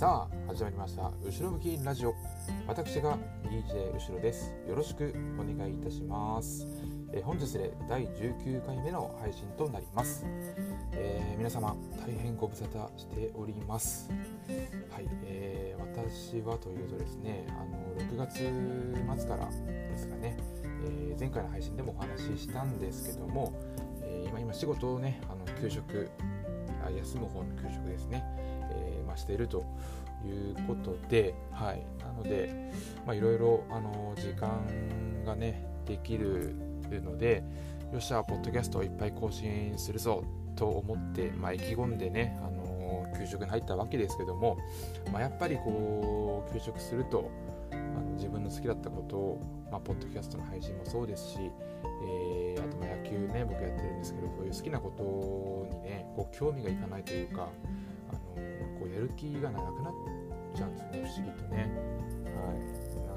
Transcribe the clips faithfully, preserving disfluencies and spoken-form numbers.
さあ始まりました後ろ向きラジオ。私が ディージェー 後ろです。よろしくお願いいたします。えー、本日でだいじゅうきゅうかいめの配信となります。えー、皆様大変ご無沙汰しております。はい、えー、私はというとですね、あのろくがつ末からですかね、えー、前回の配信でもお話ししたんですけども、えー、今今仕事をね、あの休職あ休む方の休職ですね、えーまあ、しているということで、はい、なので、まあ、いろいろあの時間がねできるので、よっしゃポッドキャストをいっぱい更新するぞと思って、まあ、意気込んでね、あの休職に入ったわけですけども、まあ、やっぱりこう休職するとあの自分の好きだったことを、まあ、ポッドキャストの配信もそうですし、えー、あとまあ野球ね僕やってるんですけど、そういう好きなことにねこう興味がいかないというか、あのこうやる気がなくなっちゃうんですよね、不思議とね。はい、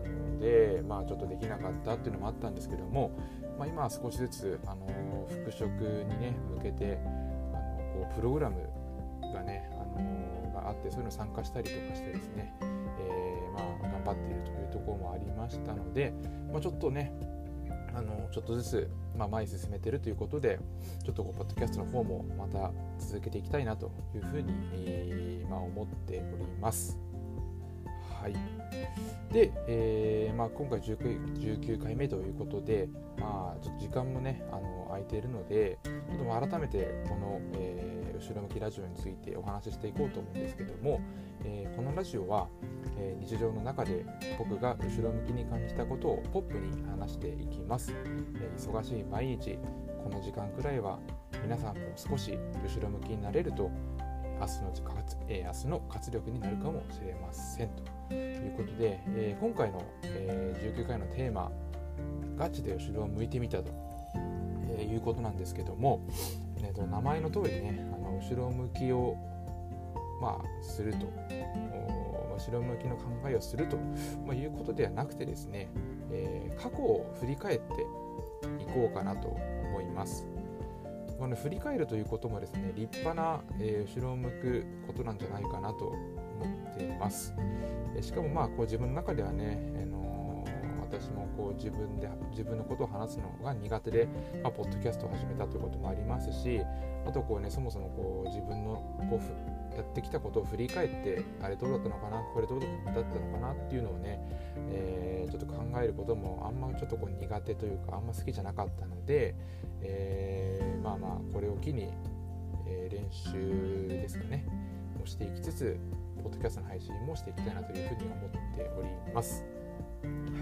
なのでまあちょっとできなかったっていうのもあったんですけども、まあ、今は少しずつあの復職にね向けてあのこうプログラムがねあのがあって、そういうの参加したりとかしてですね、えー、まあ頑張っているというところもありましたので、まあ、ちょっとねあのちょっとずつ、まあ、前に進めているということで、ちょっとこうポッドキャストの方もまた続けていきたいなというふうに、えーまあ、思っております。はい。で、えーまあ、今回じゅうきゅうかいめということで、まあ、ちょっと時間もねあの空いているので、ちょっと改めてこの、えー、後ろ向きラジオについてお話ししていこうと思うんですけども、えー、このラジオは、えー、日常の中で僕が後ろ向きに感じたことをポップに話していきます。えー、忙しい毎日この時間くらいは皆さんも少し後ろ向きになれると明日の、えー、明日の活力になるかもしれませんということで、えー、今回の、えー、じゅうきゅうかいのテーマ、ガチで後ろを向いてみたと、えー、いうことなんですけども、えー、と名前の通りね、あの後ろ向きを、まあ、すると、後ろ向きの考えをすると、まあ、いうことではなくてですね、えー、過去を振り返っていこうかなと思います。まあね、振り返るということもですね、立派な、えー、後ろを向くことなんじゃないかなと思っています。えー、しかもまあこう自分の中ではね、あのー、私もこう自分で自分のことを話すのが苦手で、まあ、ポッドキャストを始めたということもありますし、あとこうねそもそもこう自分のこうやってきたことを振り返って、あれどうだったのかな、これどうだったのかなっていうのをね、えー、ちょっと考えることもあんまちょっとこう苦手というか、あんま好きじゃなかったので、えー、まあまあこれを機に、えー、練習ですかねをしていきつつ、ポッドキャストの配信もしていきたいなというふうに思っております。はい。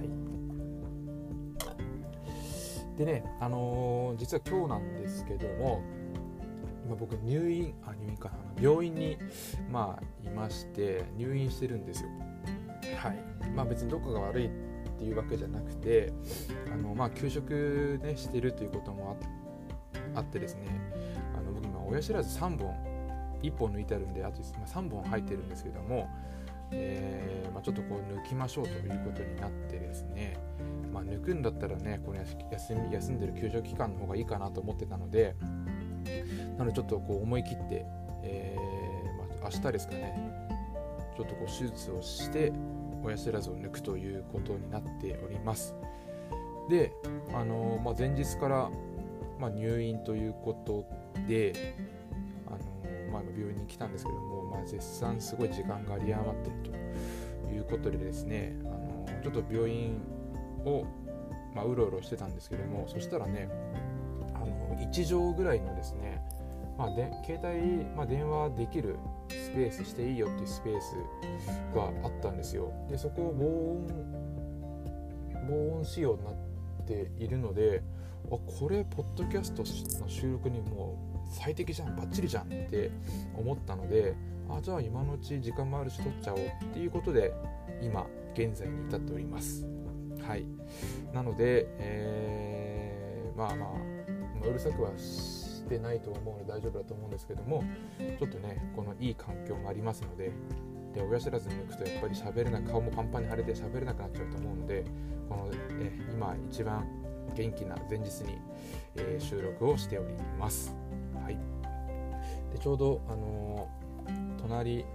でね、あのー、実は今日なんですけども、今僕入院あ入院かな病院にまあいまして、入院してるんですよ。はい。まあ別にどこが悪いっていうわけじゃなくて、あのまあ休職ねしてるということも あ, あってですね、あの僕今親知らずさんぼん、いっぽん抜いてあるんで、あとさんぼん入ってるんですけども、えーまあ、ちょっとこう抜きましょうということになってですね、まあ、抜くんだったらねこれ 休, み休んでる休職期間の方がいいかなと思ってたので、なのでちょっとこう思い切って、えーまあ、明日ですかね、ちょっとこう手術をして親知らずを抜くということになっております。で、あのーまあ、前日から、まあ、入院ということで、あのーまあ、病院に来たんですけども、まあ、絶賛すごい時間が有り余っているということでですね、あのー、ちょっと病院を、まあ、うろうろしてたんですけども、そしたらね、あのー、いちじょうぐらいのですね、まあ、で携帯、まあ、電話できるスペースしていいよっていうスペースがあったんですよ。でそこを防音防音仕様になっているので、あこれポッドキャストの収録にもう最適じゃん、バッチリじゃんって思ったので、あじゃあ今のうち時間もあるし撮っちゃおうっていうことで今現在に至っております。はい。なので、えー、まあまあうるさくはしてないと思うので大丈夫だと思うんですけども、ちょっとねこのいい環境もありますので、で親知らず抜くとやっぱり喋れない、顔もパンパンに腫れて喋れなくなっちゃうと思うので、この、え今一番元気な前日に、えー、収録をしております。はい。でちょうど、あのー、隣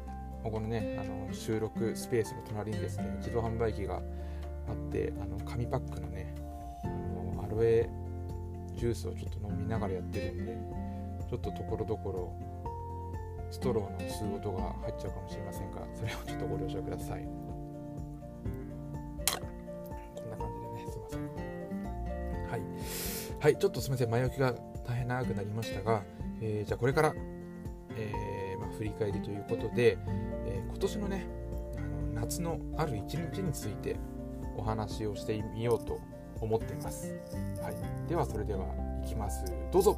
このねあの収録スペースの隣にですね自動販売機があって、あの紙パックのねあのアロエジュースをちょっと飲みながらやってるんで、ちょっとところどころストローの吸う音が入っちゃうかもしれませんが、それをちょっとご了承ください。こんな感じでね、すいません。はい、はい、ちょっとすみません、前置きが大変長くなりましたが、えー、じゃあこれから、えーまあ、振り返りということで、えー、今年のねあの夏のある一日についてお話をしてみようと思っています。はい、ではそれではいきます。どうぞ。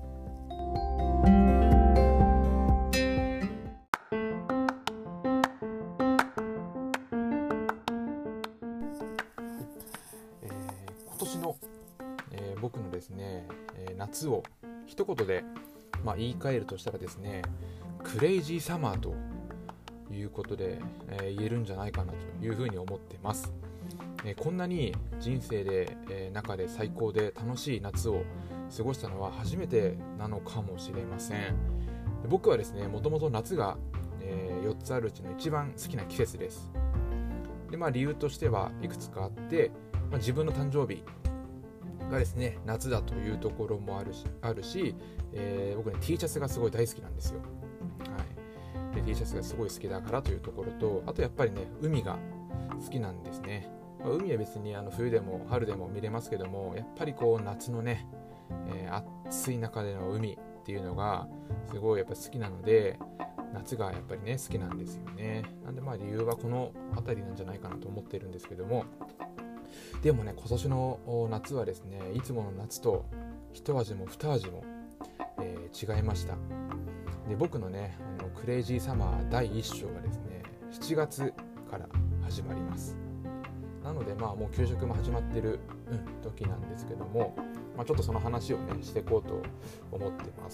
今年の、えー、僕のですね、えー、夏を一言で、まあ、言い換えるとしたらですね、クレイジーサマーということで、えー、言えるんじゃないかなというふうに思ってます。えー、こんなに人生で、えー、中で最高で楽しい夏を過ごしたのは初めてなのかもしれません。で僕はですね、もともと夏が、えー、よっつあるうちの一番好きな季節です。で、まあ、理由としてはいくつかあって、まあ、自分の誕生日がですね夏だというところもあるし、あるしえー、僕ね T シャツがすごい大好きなんですよ。はい、で T シャツがすごい好きだからというところと、あとやっぱりね海が好きなんですね。まあ、海は別にあの冬でも春でも見れますけども、やっぱりこう夏のね、えー、暑い中での海っていうのがすごいやっぱ好きなので、夏がやっぱりね好きなんですよね。なんでまあ理由はこの辺りなんじゃないかなと思ってるんですけども、でもね今年の夏はですねいつもの夏と一味も二味も、えー、違いました。で僕のねあのクレイジーサマーだいいっ章がですねしちがつから始まります。なのでまあもう給食も始まってる、うん、時なんですけども、まあ、ちょっとその話をねしていこうと思ってます。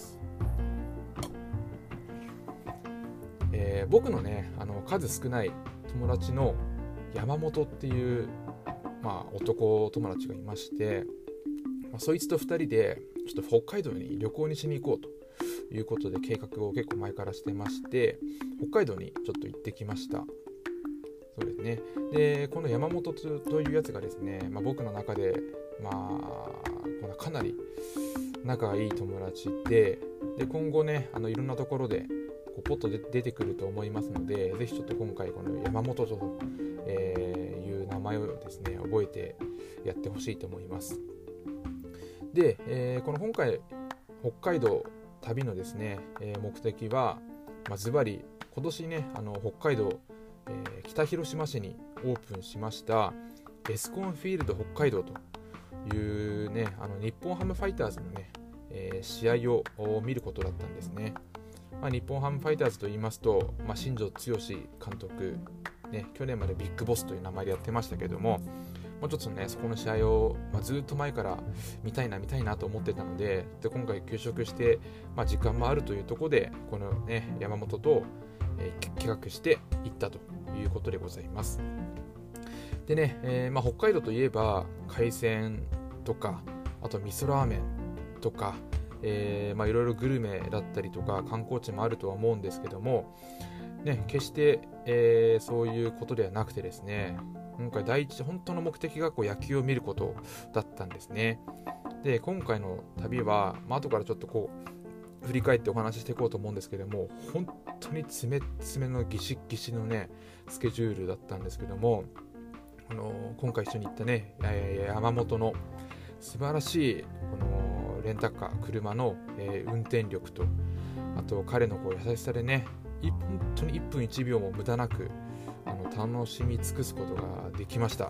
えー、僕のねあの数少ない友達の山本っていうまあ、男友達がいまして、まあ、そいつとふたりでちょっと北海道に旅行にしに行こうということで計画を結構前からしてまして、北海道にちょっと行ってきました。そうですね。でこの山本というやつがですね、まあ、僕の中で、まあ、かなり仲がいい友達で、で今後ねあのいろんなところでこうポッと出てくると思いますので、ぜひちょっと今回この山本と、えー、いう名前をですね覚えてやってほしいと思います。で、えー、この今回北海道旅のですね、えー、目的は、まあ、ズバリ今年ねあの北海道、えー、北広島市にオープンしましたエスコンフィールド北海道というねあの日本ハムファイターズのね、えー、試合を見ることだったんですね。まあ、日本ハムファイターズと言いますと、まあ、新庄剛志監督、ね、去年までビッグボスという名前でやってましたけども、もうちょっとねそこの試合を、まあ、ずっと前から見たいな見たいなと思ってたので、で今回休職して、まあ、時間もあるというところでこの、ね、山本と、えー、企画していったということでございます。でね、えーまあ、北海道といえば海鮮とか、あと味噌ラーメンとか、えーまあ、いろいろグルメだったりとか観光地もあるとは思うんですけども、ね、決して、えー、そういうことではなくてですね、今回第一本当の目的がこう野球を見ることだったんですね。で今回の旅は、まあ後からちょっとこう振り返ってお話ししていこうと思うんですけども、本当に詰め詰めのギシギシのねスケジュールだったんですけども、あのー、今回一緒に行ったね山本の素晴らしいこのレンタカー車の、えー、運転力と、あと彼のこう優しさでね本当にいっぷんいちびょうも無駄なくあの楽しみ尽くすことができました。はい、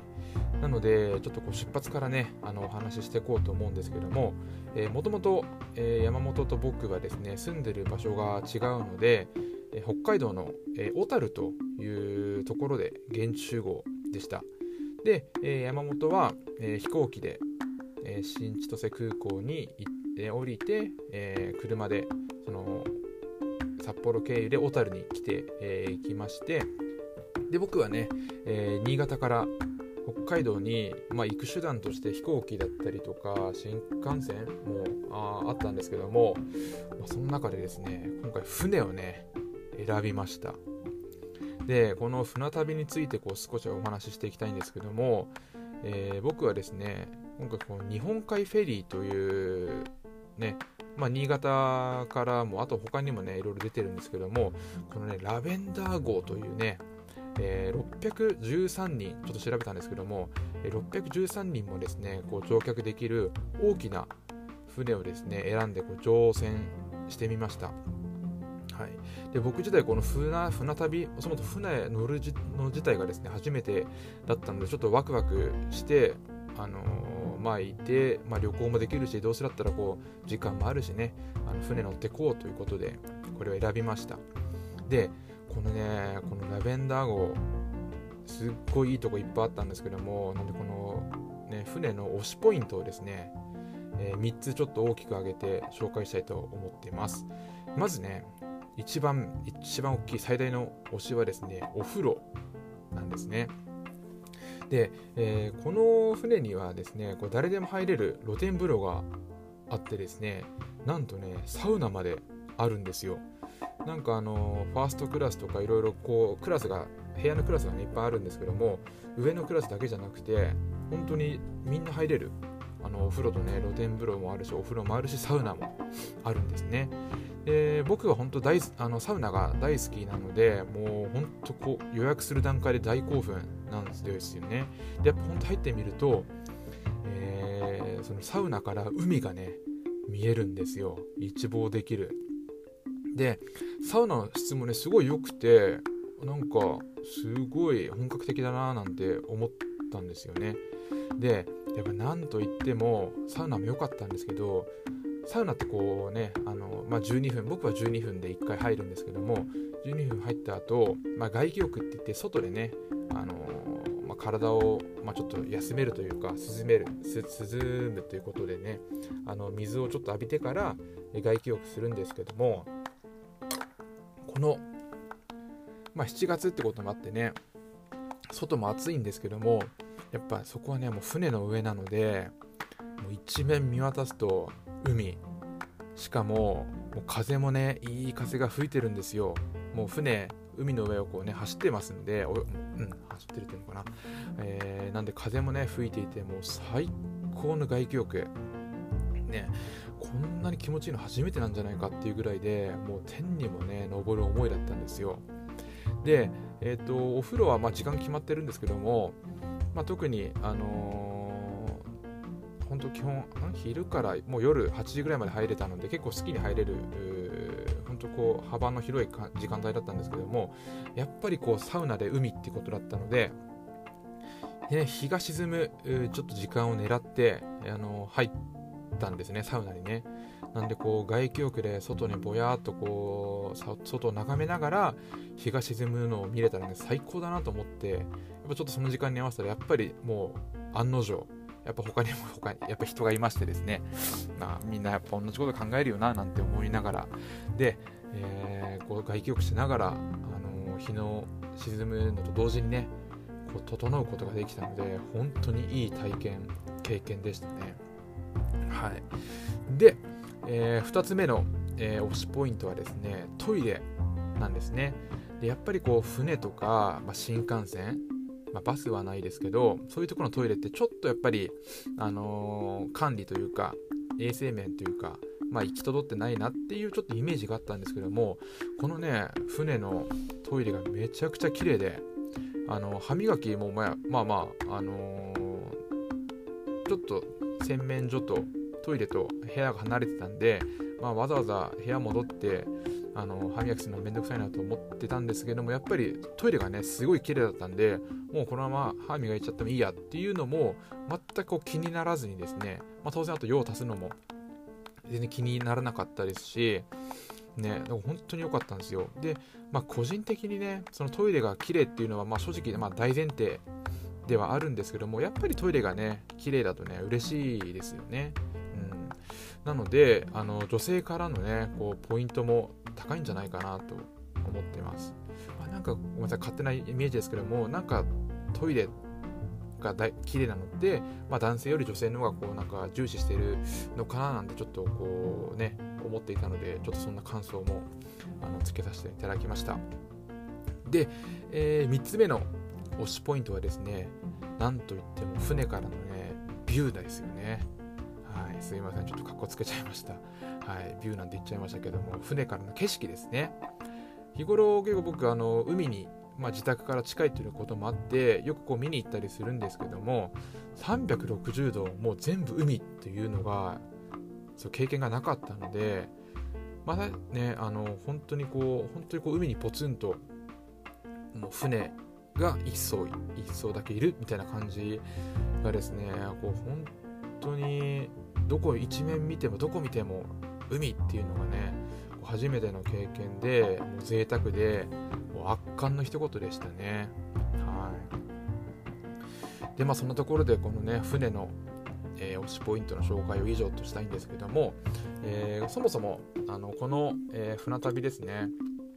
なのでちょっとこう出発からねあのお話ししていこうと思うんですけども、えー、もともと、えー、山本と僕はですね住んでる場所が違うので、えー、北海道の、えー、小樽というところで現地集合でした。で、えー、山本は、えー、飛行機で、えー、新千歳空港に行って降りて、えー、車でその札幌経由で小樽に来て、えー、行きまして、で僕はね、えー、新潟から北海道に、まあ、行く手段として飛行機だったりとか新幹線も あ, あったんですけども、まあ、その中でですね今回船をね、 選びました。でこの船旅についてこう少しお話ししていきたいんですけども、えー、僕はですね今回この日本海フェリーというね、まあ、新潟からもあと他にもねいろいろ出てるんですけども、このねラベンダー号というね、えー、ろっぴゃくじゅうさんにんちょっと調べたんですけども、ろっぴゃくじゅうさんにんもですねこう乗客できる大きな船をですね選んでこう乗船してみました。はい、で僕自体この 船, 船旅そもそも船乗るの自体がですね初めてだったのでちょっとワクワクして、あのー、まあいて、まあ、旅行もできるしどうせだったらこう時間もあるしね、あの船乗ってこうということでこれを選びました。でこのねこのラベンダー号すっごいいいとこいっぱいあったんですけども、なんでこの、ね、船の推しポイントをですね、えー、みっつちょっと大きく挙げて紹介したいと思っています。まずね一番一番大きい最大の推しはですねお風呂なんですね。で、えー、この船にはですねこれ誰でも入れる露天風呂があってですね、なんとねサウナまであるんですよ。なんかあのファーストクラスとかいろいろこうクラスが部屋のクラスが、ね、いっぱいあるんですけども、上のクラスだけじゃなくて本当にみんな入れるあのお風呂とね露天風呂もあるしお風呂もあるしサウナもあるんですね。で僕は本当大あのサウナが大好きなので、もう本当こう予約する段階で大興奮なんですよね。でやっぱ本当入ってみると、えー、そのサウナから海がね見えるんですよ。一望できる。でサウナの質もねすごい良くて、なんかすごい本格的だななんて思ったんですよね。でやっぱなんといってもサウナも良かったんですけど、サウナってこうねあの、まあ、じゅうにふん僕はじゅうにふんでいっかい入るんですけども、じゅうにふん入った後、まあ、外気浴って言って外でね、あのまあ、体を、まあ、ちょっと休めるというか涼める涼むということでね、あの水をちょっと浴びてから外気浴するんですけども、この、まあ、しちがつってこともあってね外も暑いんですけども、やっぱそこはねもう船の上なのでもう一面見渡すと海、しかも、もう風もねいい風が吹いてるんですよ。もう船海の上をこうね走ってますんで、お、うん、走ってるっていうのかな、えー、なんで風もね吹いていてもう最高の外気浴ね、こんなに気持ちいいの初めてなんじゃないかっていうぐらいで、もう天にもね昇る思いだったんですよ。で、えーと、お風呂はまあ時間決まってるんですけども、まあ、特にあのー本当基本昼からもう夜はちじぐらいまで入れたので結構好きに入れる本当こう幅の広い時間帯だったんですけども、やっぱりこうサウナで海ってことだったので、ね、日が沈むちょっと時間を狙ってあの入ったんですね、サウナにね。なんでこう外気浴で外にぼやーっとこう外を眺めながら日が沈むのを見れたらね最高だなと思って、やっぱちょっとその時間に合わせたらやっぱりもう案の定やっぱ他にも他にやっぱ人がいましてですね、まあ、みんなやっぱ同じこと考えるよななんて思いながらで、えー、こう外気浴しながら、あのー、日の沈むのと同時にねこう整うことができたので本当にいい体験経験でしたね。はい。で、えー、ふたつめの、えー、推しポイントはですねトイレなんですね。でやっぱりこう船とか、まあ、新幹線、まあ、バスはないですけどそういうところのトイレってちょっとやっぱり、あのー、管理というか衛生面というか、まあ、行き届ってないなっていうちょっとイメージがあったんですけども、このね船のトイレがめちゃくちゃ綺麗で、あの歯磨きもまあまあ、まああのー、ちょっと洗面所とトイレと部屋が離れてたんで、まあ、わざわざ部屋戻ってあの歯磨きするのめんどくさいなと思ってたんですけども、やっぱりトイレがねすごい綺麗だったんで、もうこのまま歯磨いちゃってもいいやっていうのも全くこう気にならずにですね、まあ、当然あと用を足すのも全然気にならなかったですしね、でも本当に良かったんですよ。で、まあ、個人的にねそのトイレが綺麗っていうのはまあ正直、まあ、大前提ではあるんですけども、やっぱりトイレがね綺麗だとね嬉しいですよね。うん、なのであの女性からのねこうポイントも高いんじゃないかなと思ってます。まあ、なんかごめんなさい勝手なイメージですけども、なんかトイレがだい綺麗なのって、まあ、男性より女性の方がこうなんか重視してるのかななんてちょっとこうね思っていたので、ちょっとそんな感想もあのつけさせていただきました。で、えー、みっつめの推しポイントはですね、なんといっても船からのねビューですよね。はい、すいません、ちょっとカッコつけちゃいました。はい、ビューなんて言っちゃいましたけども、船からの景色ですね。日頃結構僕あの海に、まあ、自宅から近いということもあってよくこう見に行ったりするんですけども、さんびゃくろくじゅうどもう全部海っていうのがそう経験がなかったので、まだねあの本当にこう本当にこう海にポツンともう船が一艘一艘だけいるみたいな感じがですね、こう本当にどこ一面見てもどこ見ても海っていうのがね初めての経験で、もう贅沢でもう圧巻の一言でしたね。はい。でまあそんなところでこのね船の、えー、推しポイントの紹介を以上としたいんですけども、えー、そもそもあのこの、えー、船旅ですね、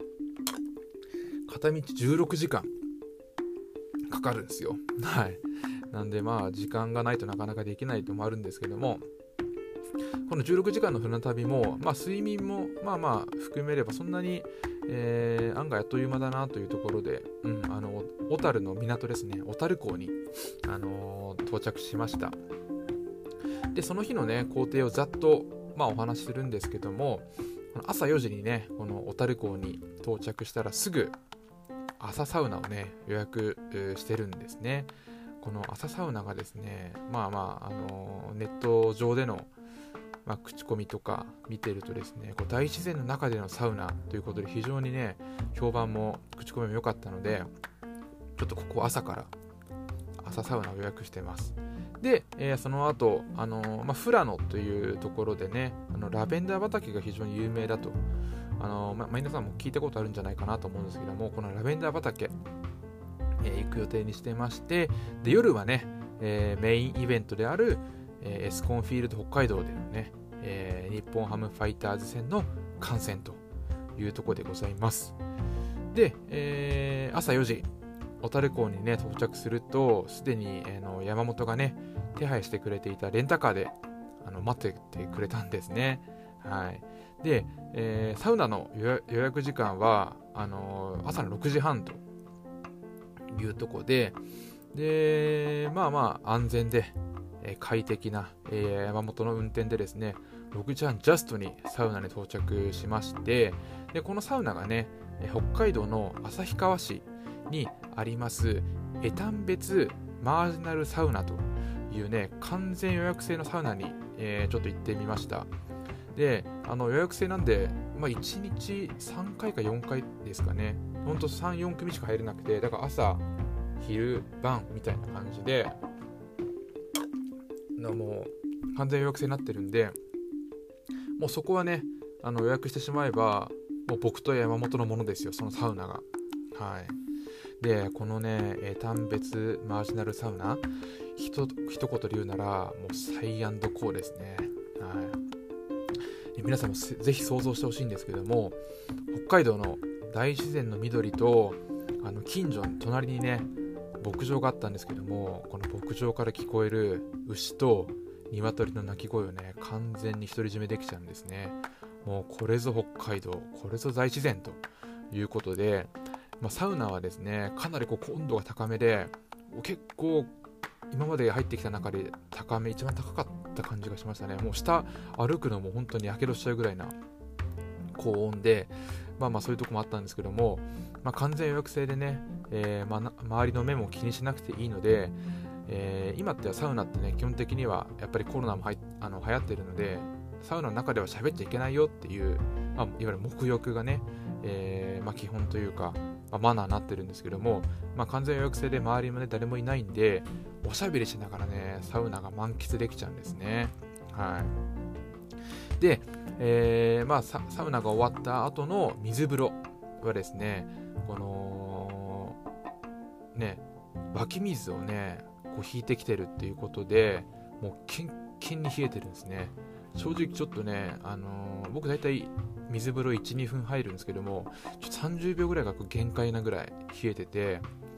片道じゅうろくじかんかかるんですよ。はい。なんでまあ時間がないとなかなかできないともあるんですけども、このじゅうろくじかんの船旅も、まあ、睡眠もまあまあ含めればそんなに、えー、案外あっという間だなというところで、うん、あの小樽の港ですね、小樽港に、あのー、到着しました。でその日のね行程をざっと、まあ、お話しするんですけども、朝よじにねこの小樽港に到着したらすぐ朝サウナをね予約してるんですね。この朝サウナがですね、まあまあ、あのー、ネット上でのまあ、口コミとか見てるとですね、こう大自然の中でのサウナということで非常にね評判も口コミも良かったので、ちょっとここ朝から朝サウナを予約してます。で、えー、その後、あのーまあ、富良野というところでね、あのラベンダー畑が非常に有名だと、あのーまあ、皆さんも聞いたことあるんじゃないかなと思うんですけども、このラベンダー畑、えー、行く予定にしてまして、で夜はね、えー、メインイベントであるエスコンフィールド北海道でのね、えー、日本ハムファイターズ戦の観戦というところでございます。で、えー、朝よじ小樽港にね到着すると、すでに、えー、の山本がね手配してくれていたレンタカーであの待っててくれたんですね。はい。で、えー、サウナの予約時間はあのー、朝のろくじはんというところで、でまあまあ安全で快適な、えー、山本の運転でですね、ろくじはんジャストにサウナに到着しまして、でこのサウナがね北海道の旭川市にあります江丹別マージナルサウナというね完全予約制のサウナに、えー、ちょっと行ってみました。であの予約制なんで、まあ、いちにちさんかいかよんかいですかね、ほんとさん、よんくみしか入れなくて、だから朝昼晩みたいな感じでのもう完全予約制になってるんで、もうそこはねあの予約してしまえばもう僕と山本のものですよ、そのサウナが。はい。でこのね江丹別マージナルサウナ、ひと一言で言うならもうサイアンドコーですね。はい。皆さんもぜひ想像してほしいんですけども、北海道の大自然の緑とあの近所の隣にね牧場があったんですけども、この牧場から聞こえる牛と鶏の鳴き声をね完全に独り占めできちゃうんですね。もうこれぞ北海道、これぞ大自然ということで、まあ、サウナはですねかなりこう温度が高めで、結構今まで入ってきた中で高め、一番高かった感じがしましたね。もう下歩くのも本当にやけどしちゃうぐらいな高温で、まあまあそういうとこもあったんですけども、まあ、完全予約制でね、えーま、周りの目も気にしなくていいので、えー、今ってはサウナってね基本的にはやっぱりコロナもはあの流行ってるので、サウナの中では喋っちゃいけないよっていう、まあ、いわゆる沐浴がね、えーまあ、基本というか、まあ、マナーになってるんですけども、まあ、完全予約制で周りもね誰もいないんで、おしゃべりしながらねサウナが満喫できちゃうんですね。はい。で、えーまあ、サ, サウナが終わった後の水風呂はですね、このね湧き水をねこう引いてきてるっていうことで、もうキンキンに冷えてるんですね。正直ちょっとね、あのー、僕だいたい水風呂 いち、にふん入るんですけども、ちょっとさんじゅうびょうぐらいが限界なぐらい冷えてて、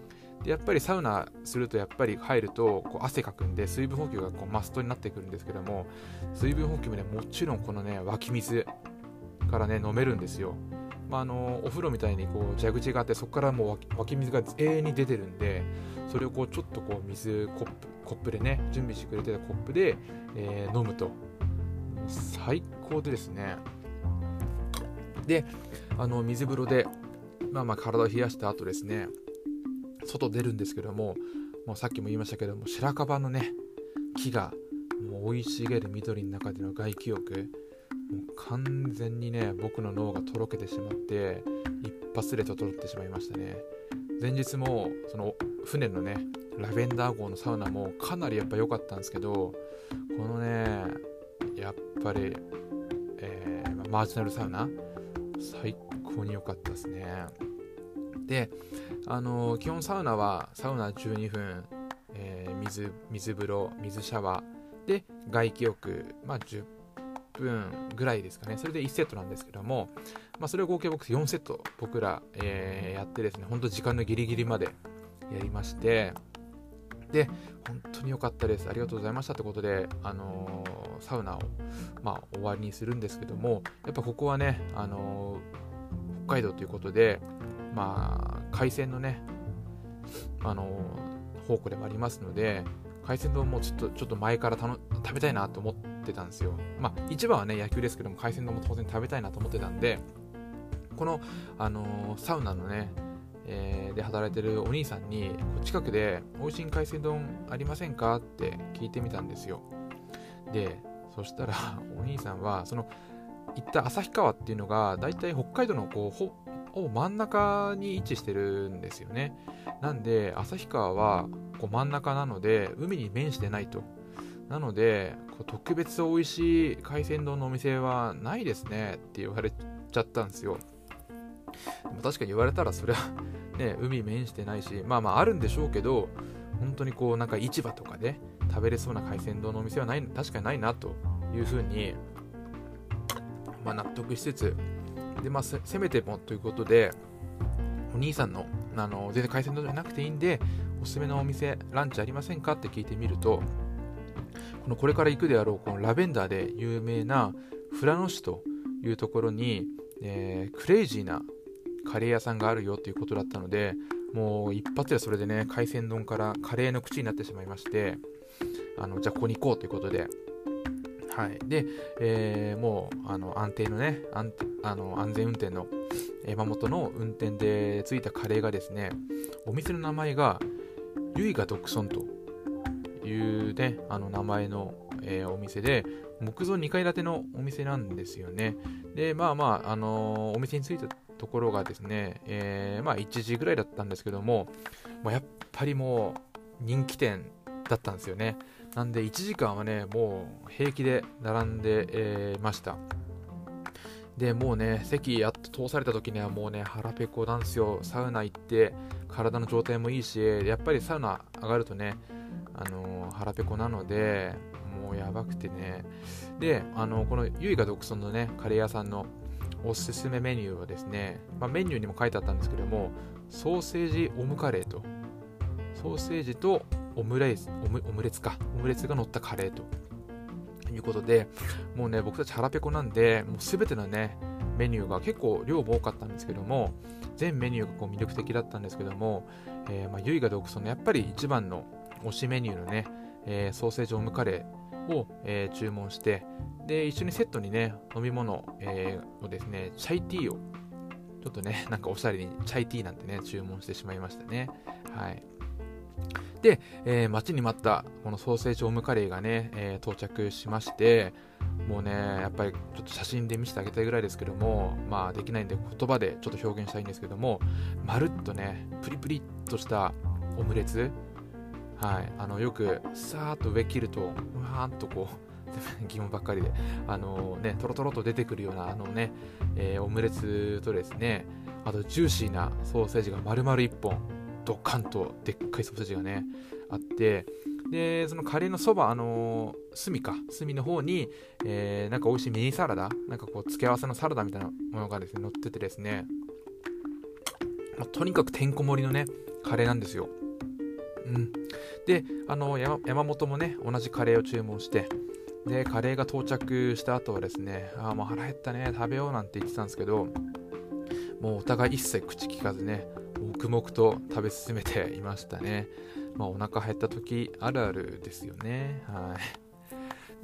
でやっぱりサウナするとやっぱり入るとこう汗かくんで水分補給がこうマストになってくるんですけども、水分補給もねもちろんこのね湧き水からね飲めるんですよ。まあ、あのお風呂みたいにこう蛇口があって、そこからもう湧き水が永遠に出てるんで、それをこうちょっとこう水コップコップでね準備してくれてたコップで、えー、飲むともう最高でですね。であの水風呂でまあまあ体を冷やした後ですね、外出るんですけども、もうさっきも言いましたけども、白樺のね木がもう生い茂る緑の中での外気浴、もう完全にね僕の脳がとろけてしまって一発で整ってしまいましたね。前日もその船のねラベンダー号のサウナもかなりやっぱ良かったんですけど、このねやっぱり、えー、マージナルサウナ最高に良かったですね。であのー、基本サウナはサウナじゅうにふん、えー、水水風呂水シャワーで外気浴、まあ、じゅっぷんぐらいですかね。それでいちセットなんですけども、まあ、それを合計僕よんセット僕ら、えー、やってですね、本当時間のギリギリまでやりまして、で本当に良かったです、ありがとうございましたってことで、あのー、サウナを、まあ、終わりにするんですけども、やっぱここはね、あのー、北海道ということで、まあ、海鮮のね、あのー、宝庫でもありますので、海鮮丼もちょっと、ちょっと前からたの食べたいなと思ってたんですよ。まあ一番はね野球ですけども、海鮮丼も当然食べたいなと思ってたんで、この、あのー、サウナのね、えー、で働いてるお兄さんに近くで美味しい海鮮丼ありませんかって聞いてみたんですよ。でそしたらお兄さんはその行った旭川っていうのがだいたい北海道のこうほほぼ真ん中に位置してるんですよね。なんで旭川はこう真ん中なので海に面してないと。なのでこう特別美味しい海鮮丼のお店はないですねって言われちゃったんですよ。でも確かに言われたらそれはね海面してないし、まあまああるんでしょうけど、本当にこうなんか市場とかで食べれそうな海鮮丼のお店はない、確かにないなというふうに、まあ、納得しつつで、まあ、せ, せめてもということでお兄さんの、あの全然海鮮丼じゃなくていいんでおすすめのお店ランチありませんかって聞いてみると、このこれから行くであろうこのラベンダーで有名な富良野市というところに、えー、クレイジーなカレー屋さんがあるよということだったので、もう一発でそれでね海鮮丼からカレーの口になってしまいまして、あのじゃあここに行こうということで、はいで、えー、もうあの安定のね安あの安全運転の山本の運転でついたカレーがですね、お店の名前がゆいが独尊というねあの名前の、えー、お店で木造にかい建てのお店なんですよね。でまあまあ、あのー、お店に着いたところがですね、えー、まあいちじぐらいだったんですけども、まあ、やっぱりもう人気店だったんですよね。なんでいちじかんはねもう平気で並んで、えー、ました。でもうね席やっと通された時にはもうね腹ペコなんですよ。サウナ行って体の状態もいいし、やっぱりサウナ上がるとね、あのー、腹ペコなのでもうやばくてね。であのこのゆいが独尊のねカレー屋さんのおすすめメニューはですね、まあ、メニューにも書いてあったんですけども、ソーセージオムカレーとソーセージとオムレツオムオムレツかオムレツが乗ったカレーということで、もうね僕たち腹ペコなんでもう全てのねメニューが結構量も多かったんですけども、全メニューがこう魅力的だったんですけども、えー、まあゆいが独尊のやっぱり一番の推しメニューのね、えー、ソーセージオムカレーを、えー、注文して、で一緒にセットにね飲み物、えー、をですねチャイティーをちょっとねなんかおしゃれにチャイティーなんてね注文してしまいましたね。はいで、えー、待ちに待ったこのソーセージオムカレーがね、えー、到着しまして、もうねやっぱりちょっと写真で見せてあげたいぐらいですけども、まあできないんで言葉でちょっと表現したいんですけども、まるっとねプリプリっとしたオムレツ、はい、あのよくさーっと上切るとうわーんとこう疑問ばっかりであのねトロトロと出てくるようなあのね、えー、オムレツとですね、あとジューシーなソーセージが丸々いっぽんドカンとでっかいソーセージがねあって、でそのカレーのそば、あのー、隅か隅の方に、えー、なんか美味しいミニサラダ、なんかこう付け合わせのサラダみたいなものがですね乗っててですね、まあ、とにかくてんこ盛りのねカレーなんですよ。 うん、であの 山, 山本もね同じカレーを注文して、でカレーが到着した後はですね、あーもう腹減ったね食べようなんて言ってたんですけど、もうお互い一切口聞かずね黙々と食べ進めていましたね。まあ、お腹減った時あるあるですよね。はい。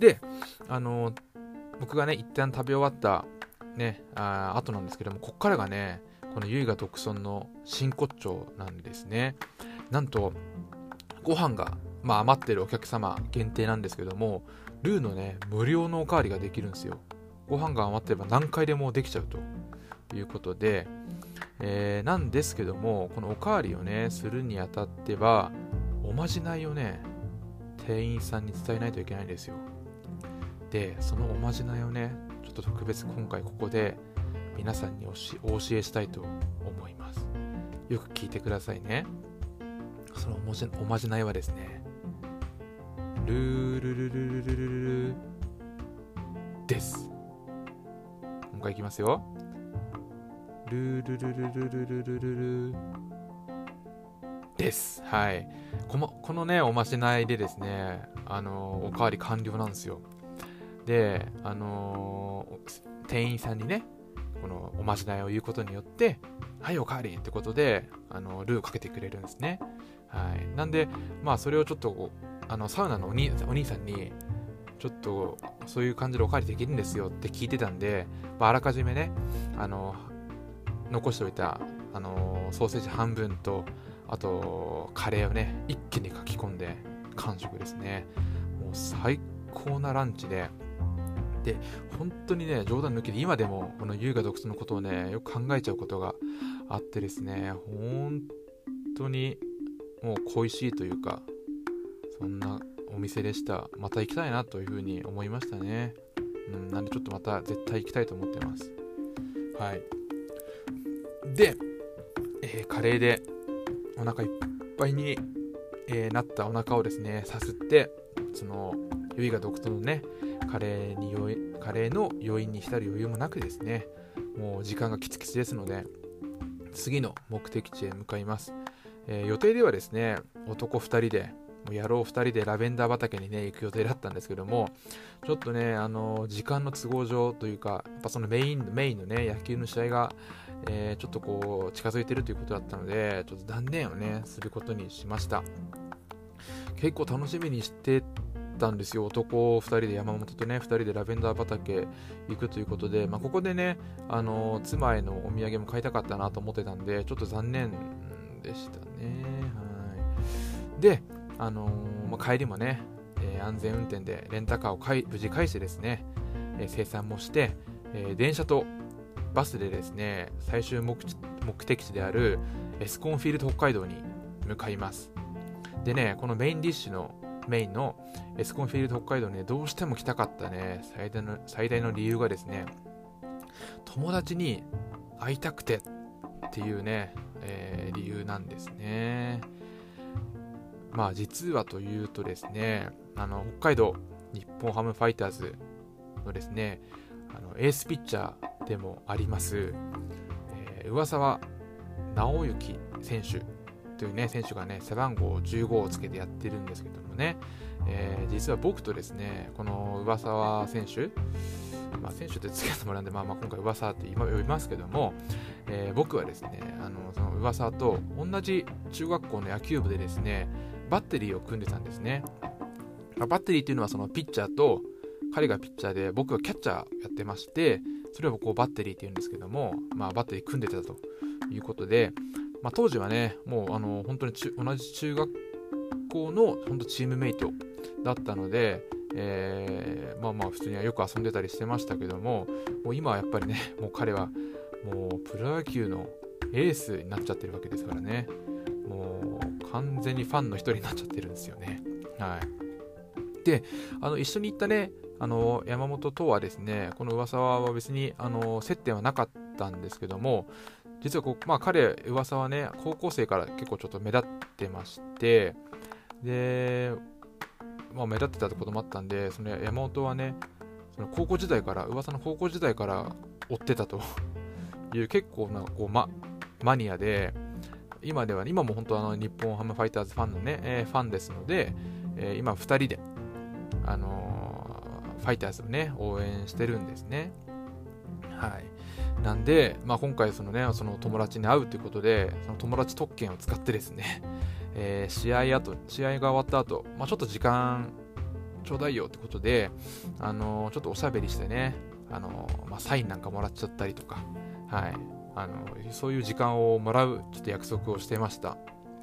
で、あの僕がね一旦食べ終わったねあ後なんですけども、ここからがねこの唯我独尊の真骨頂なんですね。なんとご飯が、まあ、余ってるお客様限定なんですけども、ルーのね無料のおかわりができるんですよ。ご飯が余ってれば何回でもできちゃうということで、えー、なんですけども、このおかわりをねするにあたってはおまじないをね店員さんに伝えないといけないんですよ。でそのおまじないをねちょっと特別今回ここで皆さんにおしお教えしたいと思います。よく聞いてくださいね。そのおまじ、おまじないはですね、ルールルルルルルルルです。もう一回いきますよ。ルールルルルルルルルルです。はい。この、このねおまじないでですね、あのー、おかわり完了なんですよ。で、あのー、店員さんにねこのおまじないを言うことによって、はいおかわりってことで、あのー、ルーをかけてくれるんですね。はい。なんでまあそれをちょっとあのサウナのお兄、お兄さんにちょっとそういう感じでおかわりできるんですよって聞いてたんで、まあ、あらかじめねあの残しておいたあのソーセージ半分と、あとカレーをね一気に書き込んで完食ですね。もう最高なランチで、で本当にね冗談抜きで今でもこの優雅独尊のことをねよく考えちゃうことがあってですね、本当にもう恋しいというか、そんなお店でした。また行きたいなというふうに思いましたね。うん、なんでちょっとまた絶対行きたいと思ってます。はい。で、えー、カレーでお腹いっぱいに、えー、なったお腹をですねさすって、その唯我独尊のねカレーに余カレーの余韻に浸る余裕もなくですね、もう時間がキツキツですので次の目的地へ向かいます。えー、予定ではですね男ふたりでもう野郎ふたりでラベンダー畑にね行く予定だったんですけども、ちょっとねあの時間の都合上というか、やっぱそのメインメインのね野球の試合が、えー、ちょっとこう近づいてるということだったので、ちょっと断念をねすることにしました。結構楽しみにしてたんですよ。男ふたりで、山本とねふたりでラベンダー畑行くということで、まあ、ここでねあの妻へのお土産も買いたかったなと思ってたんで、ちょっと残念でしたね。はい。であのーまあ、帰りもね、えー、安全運転でレンタカーをかい無事返してですね、えー、生産もして、えー、電車とバスでですね最終 目, 目的地であるエスコンフィールド北海道に向かいます。でね、このメインディッシュのメインのエスコンフィールド北海道ねどうしても来たかったね最大の最大の理由がですね、友達に会いたくてっていうね、えー、理由なんですね。まあ実はというとですね、あの北海道日本ハムファイターズのですねあのエースピッチャーでもあります、えー、上沢直之選手というね選手がね背番号じゅうごをつけてやってるんですけどもね、えー、実は僕とですねこの上沢選手、まあ、選手ってつけてもらうんで、まあ、まあ今回上沢って今呼びますけども、えー、僕はですねあのその上沢と同じ中学校の野球部でですねバッテリーを組んでたんですね。バッテリーというのはそのピッチャーと、彼がピッチャーで僕がキャッチャーやってまして、それをこうバッテリーって言うんですけども、まあ、バッテリー組んでたということで、まあ、当時はねもうあの本当に同じ中学校の本当チームメイトだったので、えー、まあまあ普通にはよく遊んでたりしてましたけども、もう今はやっぱりねもう彼はもうプロ野球のエースになっちゃってるわけですからね、もう完全にファンの一人になっちゃってるんですよね。はい。で、あの一緒に行ったね、あの山本とはですね、この噂は別にあの接点はなかったんですけども、実はこう、まあ、彼、噂はね、高校生から結構ちょっと目立ってまして、で、まあ、目立ってたってこともあったんで、その山本はね、その高校時代から、噂の高校時代から追ってたという結構なこう、ま、マニアで、 今では、ね、今も本当あの日本ハムファイターズファンのね、えー、ファンですので、えー、今ふたりで、あのー、ファイターズをね応援してるんですね。はい。なんで、まあ、今回そのねその友達に会うということで、その友達特権を使ってですね、えー、試合後試合が終わった後、まあ、ちょっと時間ちょうだいよってことで、あのー、ちょっとおしゃべりしてね、あのーまあ、サインなんかもらっちゃったりとか、はい、あのー、そういう時間をもらうちょっと約束をしていました。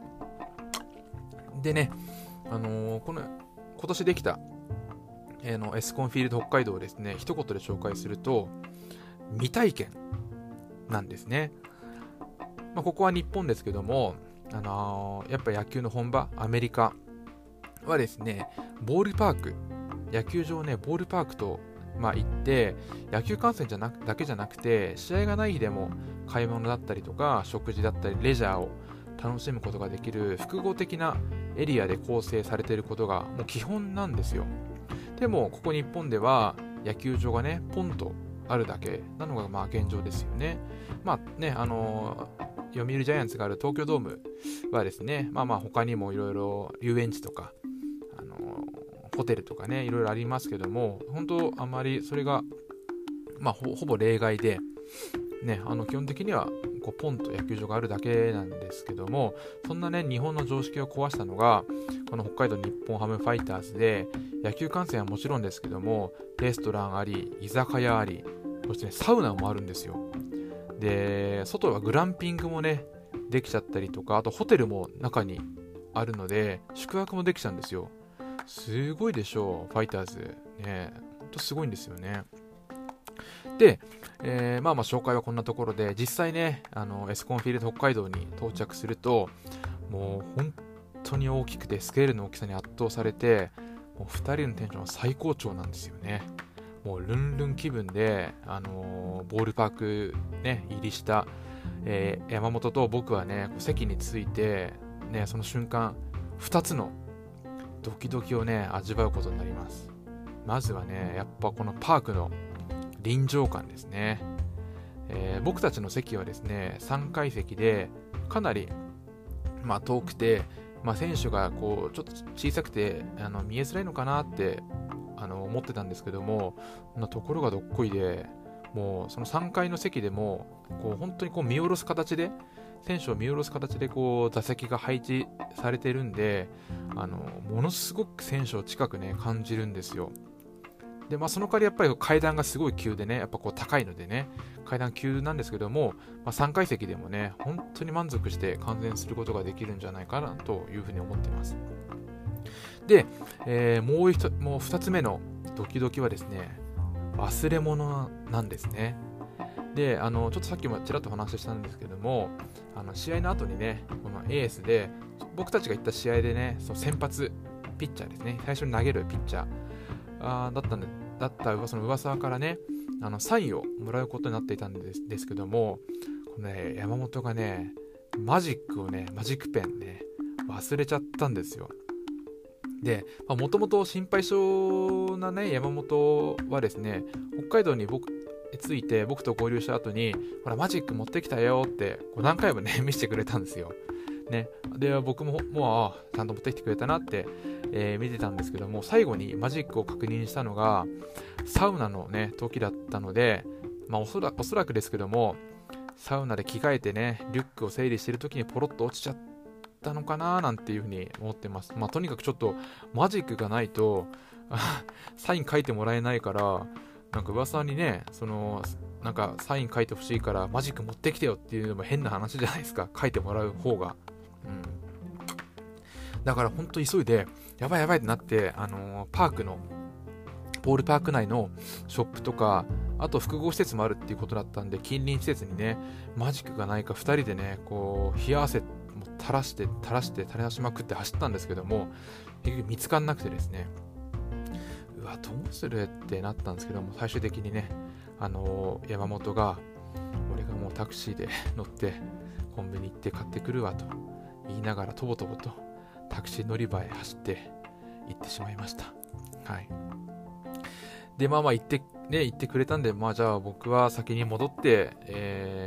でね、あのー、この今年できた、えー、のエスコンフィールド北海道をですね一言で紹介すると未体験なんですね。まあ、ここは日本ですけども、あのー、やっぱ野球の本場アメリカはですね、ボールパーク、野球場ね、ボールパークと、まあ、行って、野球観戦じゃなくだけじゃなくて、試合がない日でも買い物だったりとか、食事だったり、レジャーを楽しむことができる複合的なエリアで構成されていることがもう基本なんですよ。でも、ここ日本では野球場がね、ポンとあるだけなのがまあ現状ですよね。まあね、あのー、読売ジャイアンツがある東京ドームはですね、まあまあ他にもいろいろ遊園地とか、あのー、ホテルとかね、いろいろありますけども、本当あまりそれが、まあ、ほ, ほぼ例外で、ね、あの基本的にはこうポンと野球場があるだけなんですけども、そんなね、日本の常識を壊したのが、この北海道日本ハムファイターズで、野球観戦はもちろんですけども、レストランあり、居酒屋あり、そして、ね、サウナもあるんですよ。で、外はグランピングもね、できちゃったりとか、あとホテルも中にあるので、宿泊もできちゃうんですよ。すごいでしょう、ファイターズ。ね、ほんとすごいんですよね。で、えー、まあまあ紹介はこんなところで、実際ね、あのエスコンフィールド北海道に到着すると、もう本当に大きくてスケールの大きさに圧倒されて、もうふたりのテンションは最高潮なんですよね。もうルンルン気分で、あのー、ボールパーク、ね、入りした、えー、山本と僕はね席に着いて、ね、その瞬間ふたつのドキドキをね味わうことになります。まずはね、やっぱこのパークの臨場感ですね。えー、僕たちの席はですねさんかい席で、かなり、まあ、遠くて、まあ、選手がこうちょっと小さくてあの見えづらいのかなってあの思ってたんですけども、ところがどっこいで、もうそのさんかいの席でもこう本当にこう見下ろす形で、選手を見下ろす形でこう座席が配置されてるんで、あのものすごく選手を近くね感じるんですよ。で、まあ、その代わりやっぱり階段がすごい急でね、やっぱこう高いのでね、階段急なんですけども、まあ、さんかい席でもね本当に満足して観戦することができるんじゃないかなというふうに思っています。で、えー、もう一もうふたつめのドキドキはですね、忘れ物なんですね。で、あのちょっとさっきもちらっと話したんですけども、あの試合の後にね、このエースで僕たちが行った試合でね、その先発ピッチャーですね、最初に投げるピッチャーあーだったんでだった噂の噂からね、あのサインをもらうことになっていたんですですけども、この、ね、山本がねマジックをねマジックペンね忘れちゃったんですよ。で、もともと心配性なね山本はですね、北海道に僕着いて僕と合流した後に、ほらマジック持ってきたよってこう何回もね見せてくれたんですよ。ね、で僕ももうちゃんと持ってきてくれたなって、えー、見てたんですけども、最後にマジックを確認したのがサウナのね時だったので、まあ、おそら、おそらくですけども、サウナで着替えてねリュックを整理してる時にポロッと落ちちゃったのかななんていうふうに思ってます。まあ、とにかくちょっとマジックがないとサイン書いてもらえないから、なんか噂にね、そのなんかサイン書いてほしいからマジック持ってきてよっていうのも変な話じゃないですか、書いてもらう方が。うん、だから本当急いでやばいやばいってなって、あのー、パークのボールパーク内のショップとか、あと複合施設もあるっていうことだったんで、近隣施設にねマジックがないかふたりでねこう冷や汗も垂らして垂らして垂らしまくって走ったんですけども、結局見つかんなくてですね、うわどうするってなったんですけども、最終的にね、あのー、山本が俺がもうタクシーで乗ってコンビニ行って買ってくるわと言いながら、とぼとぼとタクシー乗り場へ走って行ってしまいました。はい。で、まあまあ行ってね行ってくれたんで、まあじゃあ僕は先に戻って、えー、待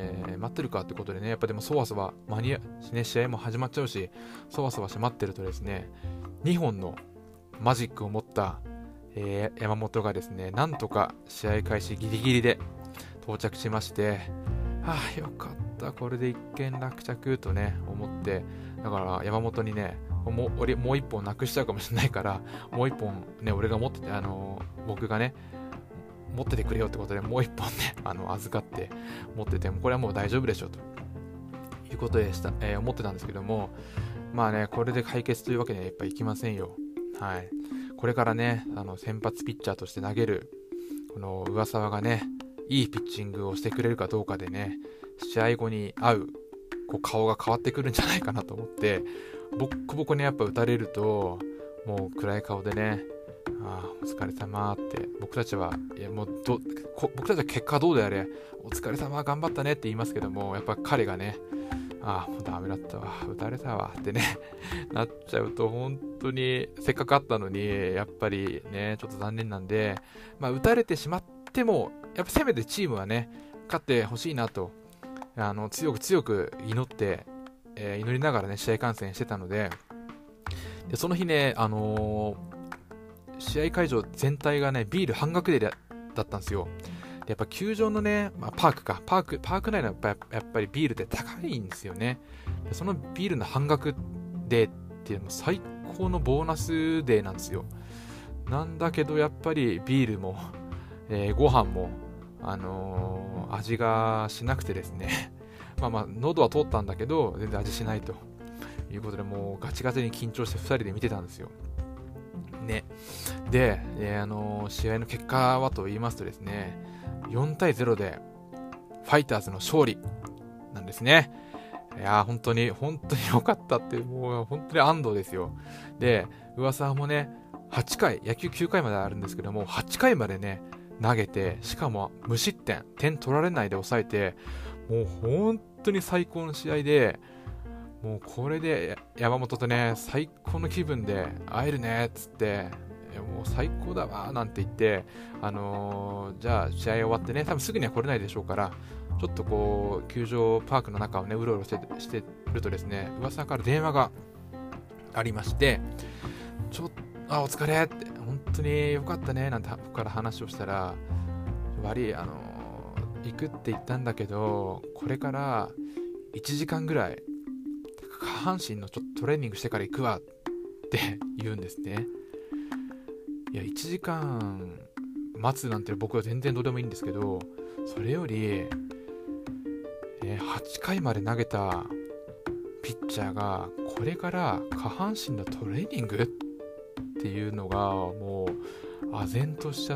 待ってるかってことでね、やっぱでもそわそわ間に合う、ね、試合も始まっちゃうし、そわそわして待ってるとですね、にほんのマジックを持った、えー、山本がですね、なんとか試合開始ギリギリで到着しまして、ああよかった、これで一件落着とね思って、だから山本にね、もう俺もう一本なくしちゃうかもしれないから、もう一本ね俺が持ってて、あのー、僕がね持っててくれよってことで、もう一本ねあの預かって持ってても、これはもう大丈夫でしょということでした、えー、思ってたんですけども、まあね、これで解決というわけにはやっぱいきませんよ。はい、これからね、あの先発ピッチャーとして投げるこの上沢がね、いいピッチングをしてくれるかどうかでね、試合後に合うこう顔が変わってくるんじゃないかなと思って、ボッコボコにやっぱ打たれると、もう暗い顔でね、ああお疲れ様って、僕たちはいやもうどこ僕たちは結果どうであれお疲れ様頑張ったねって言いますけども、やっぱ彼がね、ああもうダメだったわ、打たれたわってねなっちゃうと、本当にせっかくあったのにやっぱりねちょっと残念なんで、まあ打たれてしまってもやっぱせめてチームはね勝ってほしいなと、あの強く強く祈って、えー、祈りながらね試合観戦してたので、でその日ね、あのー、試合会場全体がねビール半額でだったんですよ。でやっぱ球場のね、まあ、パークかパークパーク内のやっぱやっぱりビールって高いんですよね。でそのビールの半額でっていうのも最高のボーナスデーなんですよ。なんだけどやっぱりビールも、えー、ご飯もあのー、味がしなくてですねまあまあ喉は通ったんだけど全然味しないということで、もうガチガチに緊張してふたりで見てたんですよね。で、えーあのー、試合の結果はと言いますとですね、よんたいゼロでファイターズの勝利なんですね。いやー本当に本当に良かったって、もう本当に安堵ですよ。で噂もねはちかい、野球きゅうかいまであるんですけども、はちかいまでね投げて、しかも無失点、点取られないで抑えて、もう本当に最高の試合で、もうこれで山本とね最高の気分で会えるねっつって、もう最高だわなんて言って、あのー、じゃあ試合終わってね、多分すぐには来れないでしょうから、ちょっとこう球場パークの中をねうろうろしてしてるとですね、噂から電話がありまして、ちょっとあお疲れって、本当に良かったねなんて僕から話をしたら、悪い、あのー、行くって言ったんだけどこれからいちじかんぐらい下半身のちょっとトレーニングしてから行くわって言うんですね。いやいちじかん待つなんて僕は全然どうでもいいんですけど、それより、えー、はちかいまで投げたピッチャーがこれから下半身のトレーニングっていうのがもう唖然としちゃって、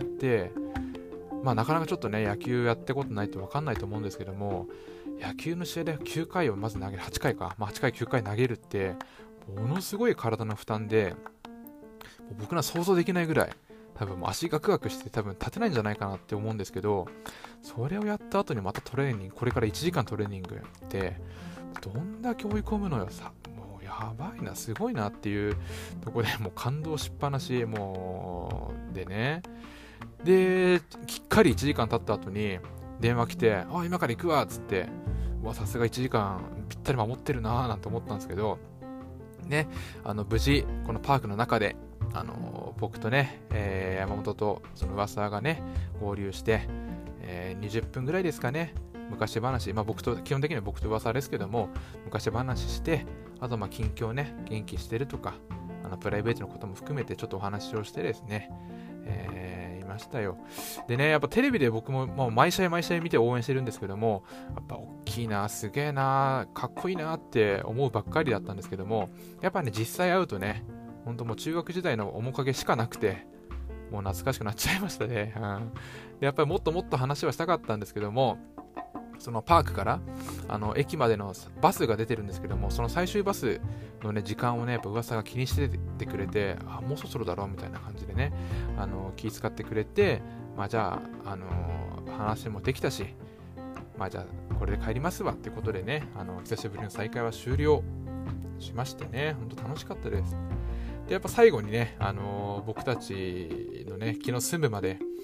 まあなかなかちょっとね野球やってことないと分かんないと思うんですけども、野球の試合できゅうかいをまず投げる、はちかいか、まあ、はちかいきゅうかい投げるってものすごい体の負担で、僕ら想像できないぐらい多分もう足ガクガクして多分立てないんじゃないかなって思うんですけど、それをやった後にまたトレーニング、これからいちじかんトレーニングってどんだけ追い込むのよさ、もうやばいな、すごいなっていうところでもう感動しっぱなし、もうでね、できっかりいちじかん経った後に電話来て、あ今から行くわっつって、うわさすがいちじかんぴったり守ってるなーなんて思ったんですけどね、あの無事このパークの中であの僕とね、えー、山本とその噂がね合流して、えー、にじゅっぷんぐらいですかね、昔話、まあ僕と基本的には僕と噂ですけども昔話して、あとまあ近況ね、元気してるとか、あのプライベートのことも含めてちょっとお話をしてですね、えー、いましたよ。でね、やっぱテレビで僕ももう毎試合毎試合見て応援してるんですけども、やっぱ大きいな、すげえな、かっこいいなって思うばっかりだったんですけども、やっぱね実際会うとね、本当もう中学時代の面影しかなくて、もう懐かしくなっちゃいましたね、うん、でやっぱりもっともっと話はしたかったんですけども、そのパークからあの駅までのバスが出てるんですけども、その最終バスの、ね、時間をねやっぱ噂が気にしててくれて、あもうそろそろだろうみたいな感じでね、あの気遣ってくれて、まあ、じゃあ、あのー、話もできたし、まあ、じゃあこれで帰りますわってことでね、あの久しぶりの再会は終了しましてね、本当楽しかったです。でやっぱ最後にね、あのー、僕たちのね昨日住むまで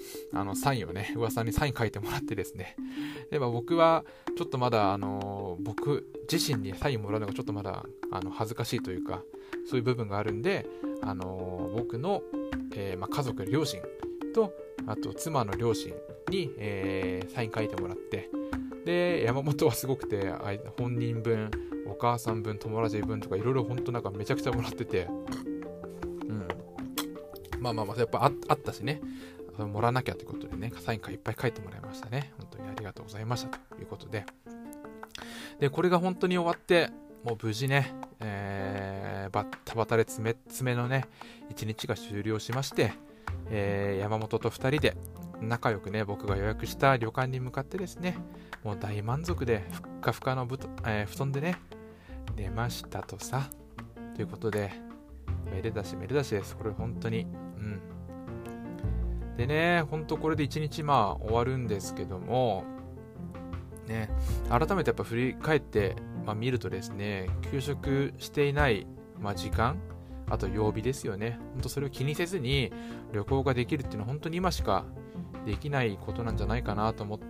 あのサインをね、噂にサイン書いてもらってですね、で、まあ、僕はちょっとまだあの僕自身にサインもらうのがちょっとまだあの恥ずかしいというか、そういう部分があるんで、あの僕の、えーまあ、家族の両親と、あと妻の両親に、えーサイン書いてもらって、で、山本はすごくて、本人分、お母さん分、友達分とかいろいろ本当なんかめちゃくちゃもらってて、うん、まあまあまあやっぱ あ, あったしね、もらわなきゃということでね、サイン会いっぱい書いてもらいましたね。本当にありがとうございましたということで、でこれが本当に終わって、もう無事ね、えー、バッタバタで詰め詰めのね一日が終了しまして、えー、山本とふたりで仲良くね、僕が予約した旅館に向かってですね、もう大満足でふっかふかのぶと、えー、布団でね寝ましたとさ、ということで、めでたしめでたしです。これ本当に、うんでね、本当これで一日まあ終わるんですけどもね、改めてやっぱ振り返って、まあ、見るとですね、休職していない、まあ、時間、あと曜日ですよね。本当それを気にせずに旅行ができるっていうのは本当に今しかできないことなんじゃないかなと思って、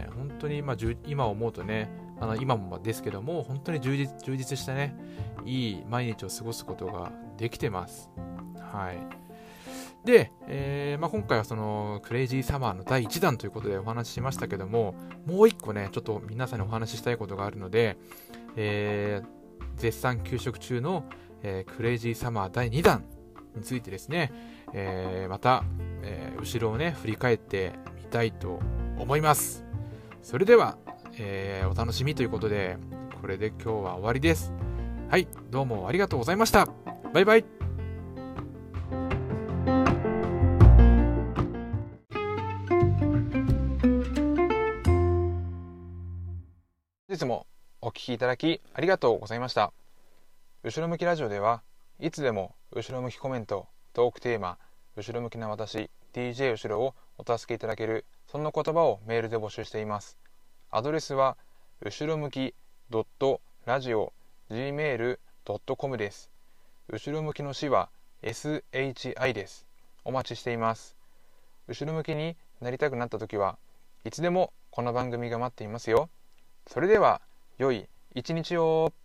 本当に今、今思うとね、あの今もですけども、本当に充実、充実したね、いい毎日を過ごすことができてます。はい。で、えーまあ、今回はそのクレイジーサマーのだいいちだんということでお話ししましたけども、もう一個ね、ちょっと皆さんにお話ししたいことがあるので、えー、絶賛休職中の、えー、クレイジーサマーだいにだんについてですね、えー、また、えー、後ろをね振り返ってみたいと思います。それでは、えー、お楽しみということで、これで今日は終わりです。はい、どうもありがとうございました。バイバイ。本日もお聞きいただきありがとうございました。後ろ向きラジオではいつでも後ろ向きコメント、トークテーマ、後ろ向きな私 ディージェー 後ろをお助けいただける、そんな言葉をメールで募集しています。アドレスは後ろ向き .ラジオ ジーメール ドットコム です。後ろ向きの詩は エスエイチアイ です。お待ちしています。後ろ向きになりたくなった時はいつでもこの番組が待っていますよ。それでは良い一日を。